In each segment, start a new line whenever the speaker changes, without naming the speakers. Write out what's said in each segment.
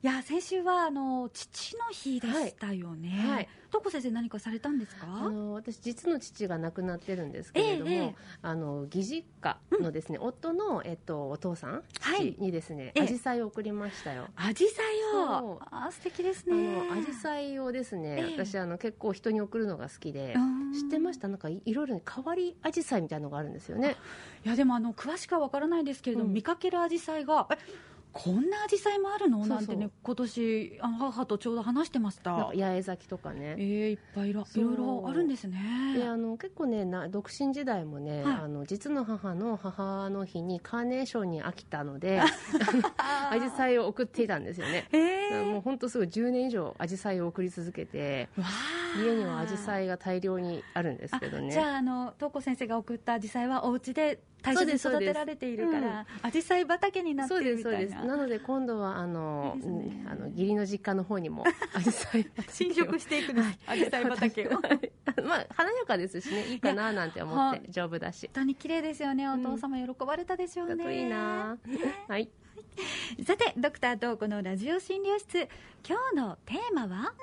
いや先週は父の日でしたよね。はい。東子先生何かされたんですか？
私実の父が亡くなってるんですけれども、義実家のですね、夫の、お父さん父にですね、アジサイを送りましたよ。
アジサイを。素敵ですね。
アジサイをですね、私結構人に送るのが好きで、知ってました？なんかいろいろ変わりアジサイみたいなのがあるんですよね。
いやでも詳しくはわからないですけれども、見かけるアジサイがこんなアジサイもあるのなんてね、今年母とちょうど話してました。
なんか八重咲きとかね、
いっぱいいろいろあるんですね。
で結構ね独身時代もね、実の母の日にカーネーションに飽きたのでアジサイを送っていたんですよね。もう本当すごい10年以上アジサイを送り続けて、家にはアジサイが大量にあるんですけどね。
じゃあ東子先生が送ったアジサイはお家で大切に育てられているからアジサイ畑になってるみたいな。
そうです。なので今度は義理の実家の方にもアジサイ畑を
侵食していくんです、アジサイ畑を
まあ華やかですしね、いいかななんて思って、丈夫だし
本当に綺麗ですよね。お父様喜ばれたでしょうね。
いいなはい。
さてドクター東子のラジオ診療室、今日のテーマは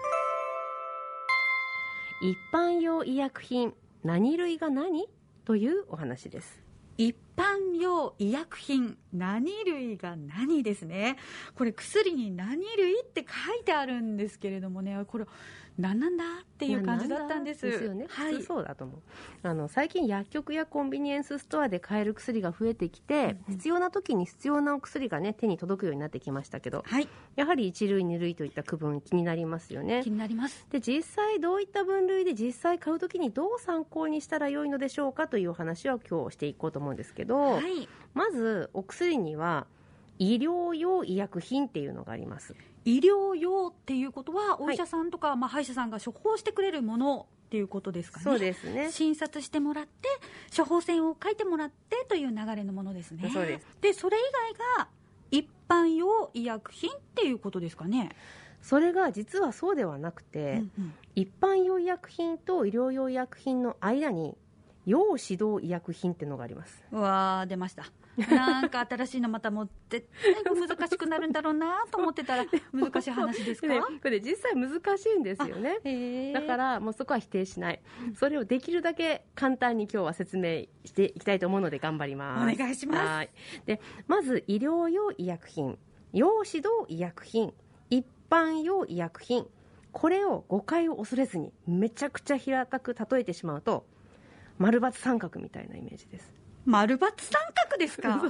一般用医薬品何類が何というお話です。
一般用医薬品何類が何ですね。これ薬に何類って書いてあるんですけれどもね、これ何なんだっていう感じだったんです。
ですよね。普通そうだと思う。最近薬局やコンビニエンスストアで買える薬が増えてきて、必要な時に必要なお薬がね手に届くようになってきましたけど、やはり1類2類といった区分気になりますよね。
気になります。
で実際どういった分類で実際買う時にどう参考にしたらよいのでしょうかというお話を今日していこうと思うんですけど、まずお薬には医療用医薬品っていうのがあります。
医療用っていうことはお医者さんとか、歯医者さんが処方してくれるものっていうことですかね。
そうですね。
診察してもらって処方箋を書いてもらってという流れのものですね。
そうです。
でそれ以外が一般用医薬品っていうことですかね。
それが実はそうではなくて、一般用医薬品と医療用医薬品の間に要指導医薬品っていうのがあります。
うわー出ました。なんか新しいのまたもう絶対難しくなるんだろうなと思ってたら難しい話ですか？
これ実際難しいんですよね。だからもうそこは否定しない。それをできるだけ簡単に今日は説明していきたいと思うので頑張ります。
お願いします。
でまず医療用医薬品、要指導医薬品、一般用医薬品、これを誤解を恐れずにめちゃくちゃ平たく例えてしまうと丸×三角みたいなイメージです。
丸×三角ですか？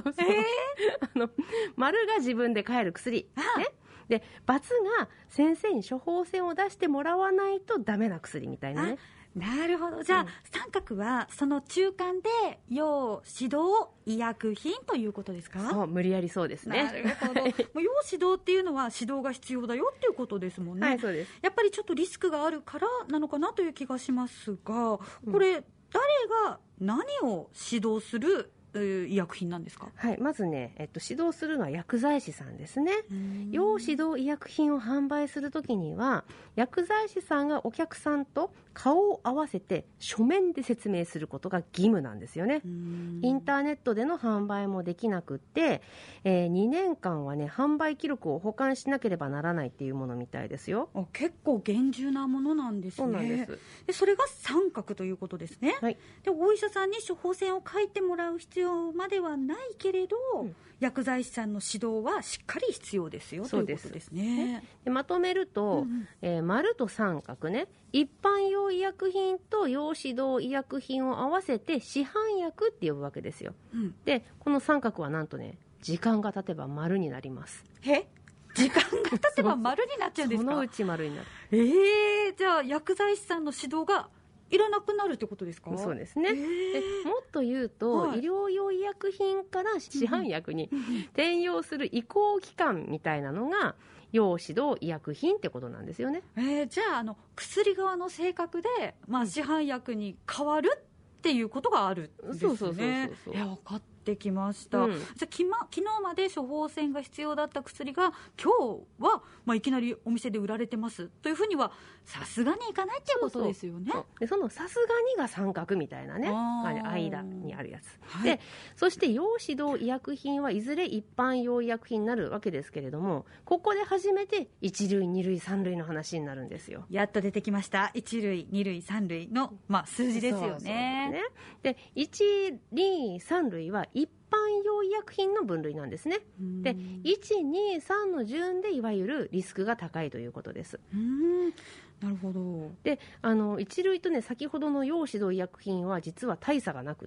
丸が自分で買える薬、ね、で×が先生に処方箋を出してもらわないとダメな薬みたいなね。
なるほど。じゃあ、三角はその中間で要指導医薬品ということですか？
そう、無理やりそうですね。
なるほど。要指導っていうのは指導が必要だよっていうことですもんね。
はい、そうです。
やっぱりちょっとリスクがあるからなのかなという気がしますが、これ誰が何を指導する医薬品なんですか？
はい、まずね、指導するのは薬剤師さんですね。要指導医薬品を販売するときには薬剤師さんがお客さんと顔を合わせて書面で説明することが義務なんですよね。インターネットでの販売もできなくって、2年間はね販売記録を保管しなければならないっていうものみたいですよ。
結構厳重なものなんですね。
そうなんです。
でそれが三角ということですね。でお医者さんに処方箋を書いてもらう必要まではないけれど、薬剤師さんの指導はしっかり必要ですよということですね。
でまとめると、丸と三角ね、一般用医薬品と要指導医薬品を合わせて市販薬って呼ぶわけですよ。でこの三角はなんとね時間が経てば丸になります。
時間が経てば丸になっちゃうんですか？
そのうち丸になる。
じゃあ薬剤師さんの指導がいらなくなるってことですか？
そうですね。でもっと言うと、医療用医薬品から市販薬に転用する移行期間みたいなのが要指導医薬品ってことなんですよね。
じゃあ薬側の性格で、市販薬に変わるっていうことがあるんですね。分かっってきました、じゃあ昨日まで処方箋が必要だった薬が今日は、いきなりお店で売られてますというふうにはさすがにいかないっていうことですよね。
でそのさすがにが三角みたいなね間にあるやつ、
はい、
でそして用指導医薬品はいずれ一般用医薬品になるわけですけれども、ここで初めて1類2類3類の話になるんですよ。
やっと出てきました1類2類3類の、数字ですよね。
で1、2、3類は一般用医薬品の分類なんですね。で1、2、3の順でいわゆるリスクが高いということです。
なるほど。
で1類とね、先ほどの用指導医薬品は実は大差がなくって、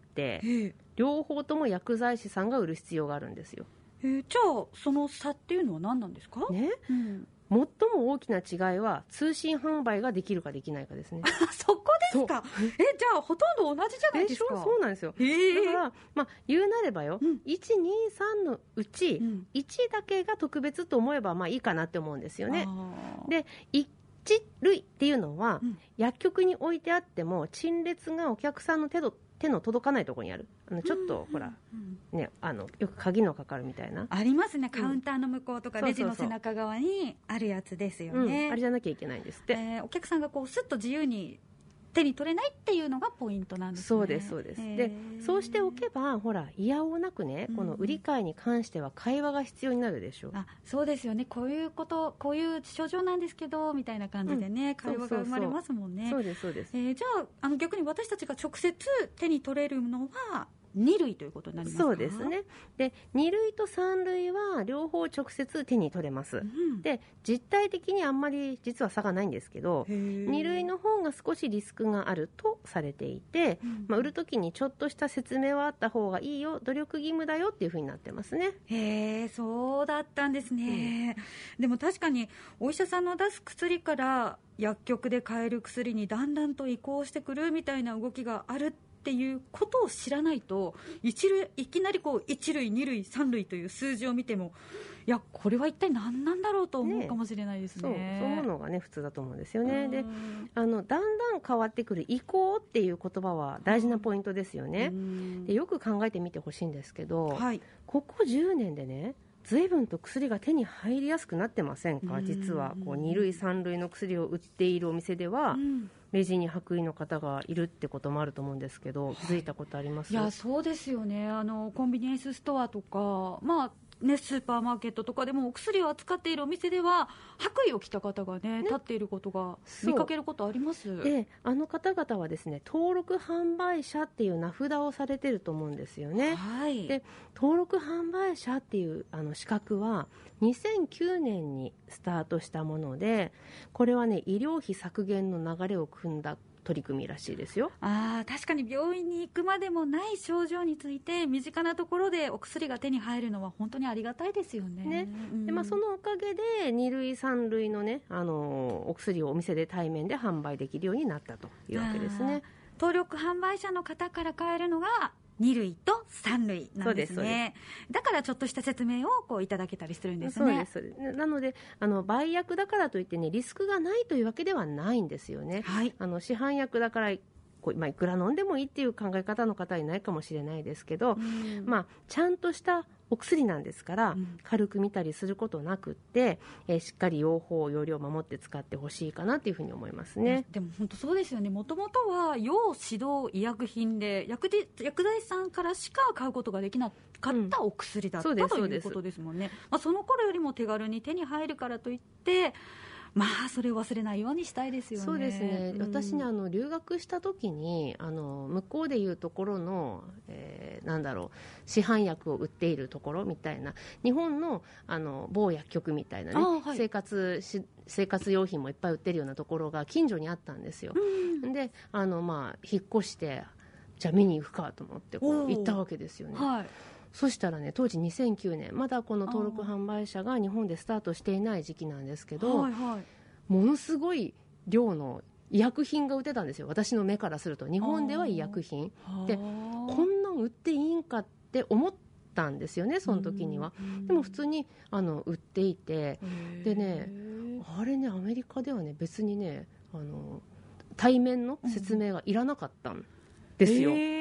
両方とも薬剤師さんが売る必要があるんですよ。
じゃあその差っていうのは何なんですかね。
最も大きな違いは通信販売ができるかできないかですね。
そこですか。じゃあほとんど同じじゃないですか。
そうなんですよ。だから、言うなればよ、1、2、3のうち、1だけが特別と思えばいいかなって思うんですよね。で1類っていうのは、薬局に置いてあっても陳列がお客さんの手の届かないところにある、ちょっとほら、ね、よく鍵のかかるみたいな
ありますね。カウンターの向こうとかレジの背中側にあるやつですよね。
あれじゃなきゃいけないんですって、
お客さんがこうスッと自由に手に取れないっていうのがポイントなんですね。
そうですそうです。でそうしておけばほらいやおうなくね、この売り買いに関しては会話が必要になるでしょう。
そうですよね。こういう症状なんですけどみたいな感じでね、会話が生まれますもんね。
そうですそうです。
じゃあ逆に私たちが直接手に取れるのは2類ということになりますか。
そうですね。で2類と3類は両方直接手に取れます、で実態的にあんまり実は差がないんですけど、2類の方が少しリスクがあるとされていて、売るときにちょっとした説明はあった方がいいよ、努力義務だよっていうふうになってますね。
そうだったんですね、でも確かにお医者さんの出す薬から薬局で買える薬にだんだんと移行してくるみたいな動きがあるっていうことを知らないと、いきなり1類2類3類という数字を見ても、いやこれは一体何なんだろうと思うかもしれないですね。
そう思うのがね普通だと思うんですよね。でだんだん変わってくる移行っていう言葉は大事なポイントですよね。でよく考えてみてほしいんですけど、ここ10年でね随分と薬が手に入りやすくなってませんか。実は2類3類の薬を売っているお店では、レジに白衣の方がいるってこともあると思うんですけど、気づいたことあります？
いやそうですよね。コンビニエンスストアとか、スーパーマーケットとかでもお薬を扱っているお店では白衣を着た方がね立っていることが見かけることあります。
で方々はですね、登録販売者っていう名札をされてると思うんですよね。で登録販売者っていう資格は2009年にスタートしたもので、これはね医療費削減の流れを組んだ取り組みらしいですよ。
確かに病院に行くまでもない症状について身近なところでお薬が手に入るのは本当にありがたいですよね。
でそのおかげで2類3類のねお薬をお店で対面で販売できるようになったというわけですね。
登録販売者の方から買えるのが2類と3類なんですね。だからちょっとした説明をいただけたりするんですね。
そうです。なので売薬だからといってねリスクがないというわけではないんですよね。市販薬だからいくら飲んでもいいっていう考え方の方はいないかもしれないですけど、ちゃんとしたお薬なんですから、軽く見たりすることなくって、しっかり用法用量を守って使ってほしいかなというふうに思いますね。
でも本当そうですよね。もともとは用指導医薬品で薬剤師さんからしか買うことができなかったお薬だった、ということですもんね。その頃よりも手軽に手に入るからといってそれを忘れないようにしたいですよね。
そうですね。私ね留学した時に向こうでいうところの、市販薬を売っているところみたいな、日本の某薬局みたいなね、生活用品もいっぱい売ってるようなところが近所にあったんですよ。で引っ越してじゃあ見に行くかと思って行ったわけですよね。そしたらね当時2009年まだこの登録販売者が日本でスタートしていない時期なんですけど、ものすごい量の医薬品が売ってたんですよ。私の目からすると日本では医薬品でこんなん売っていいんかって思ったんですよね、その時には。でも普通に売っていて、でねあれねアメリカではね別にね対面の説明がいらなかったんですよ。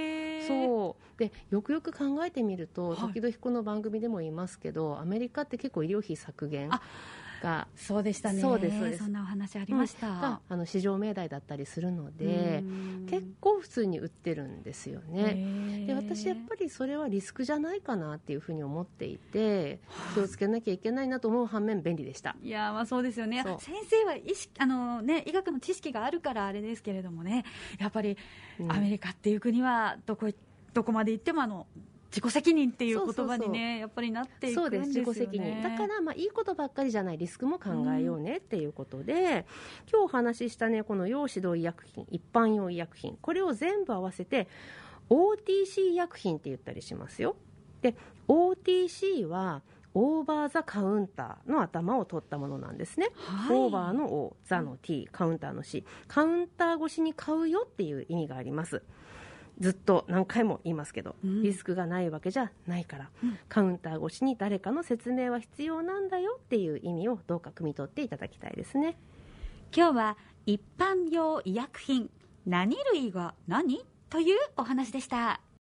そうでよくよく考えてみると、時々この番組でも言いますけど、アメリカって結構医療費削減が
そうでしたね。
そうですそうです。
そんなお話ありました、
市場命題だったりするので、結構普通に売ってるんですよね。で私やっぱりそれはリスクじゃないかなっていうふうに思っていて、気をつけなきゃいけないなと思う反面便利でした。
いや、まあそうですよね。先生は医学の知識があるからあれですけれどもね、やっぱりアメリカっていう国はどこまで行っても自己責任っていう言葉にね、やっぱりなっていくんですよね。そうです、自己責任だから、いいことばっかりじゃない、リスクも考えようねっていうことで、今日お話ししたね、この用指導医薬品、一般用医薬品、これを全部合わせて OTC 医薬品って言ったりしますよ。で OTC はオーバーザカウンターの頭を取ったものなんですね、オーバーの O、ザの T、カウンターの C、カウンター越しに買うよっていう意味があります。ずっと何回も言いますけど、リスクがないわけじゃないから、カウンター越しに誰かの説明は必要なんだよっていう意味をどうか汲み取っていただきたいですね。 今日は一般用医薬品何類が何というお話でした。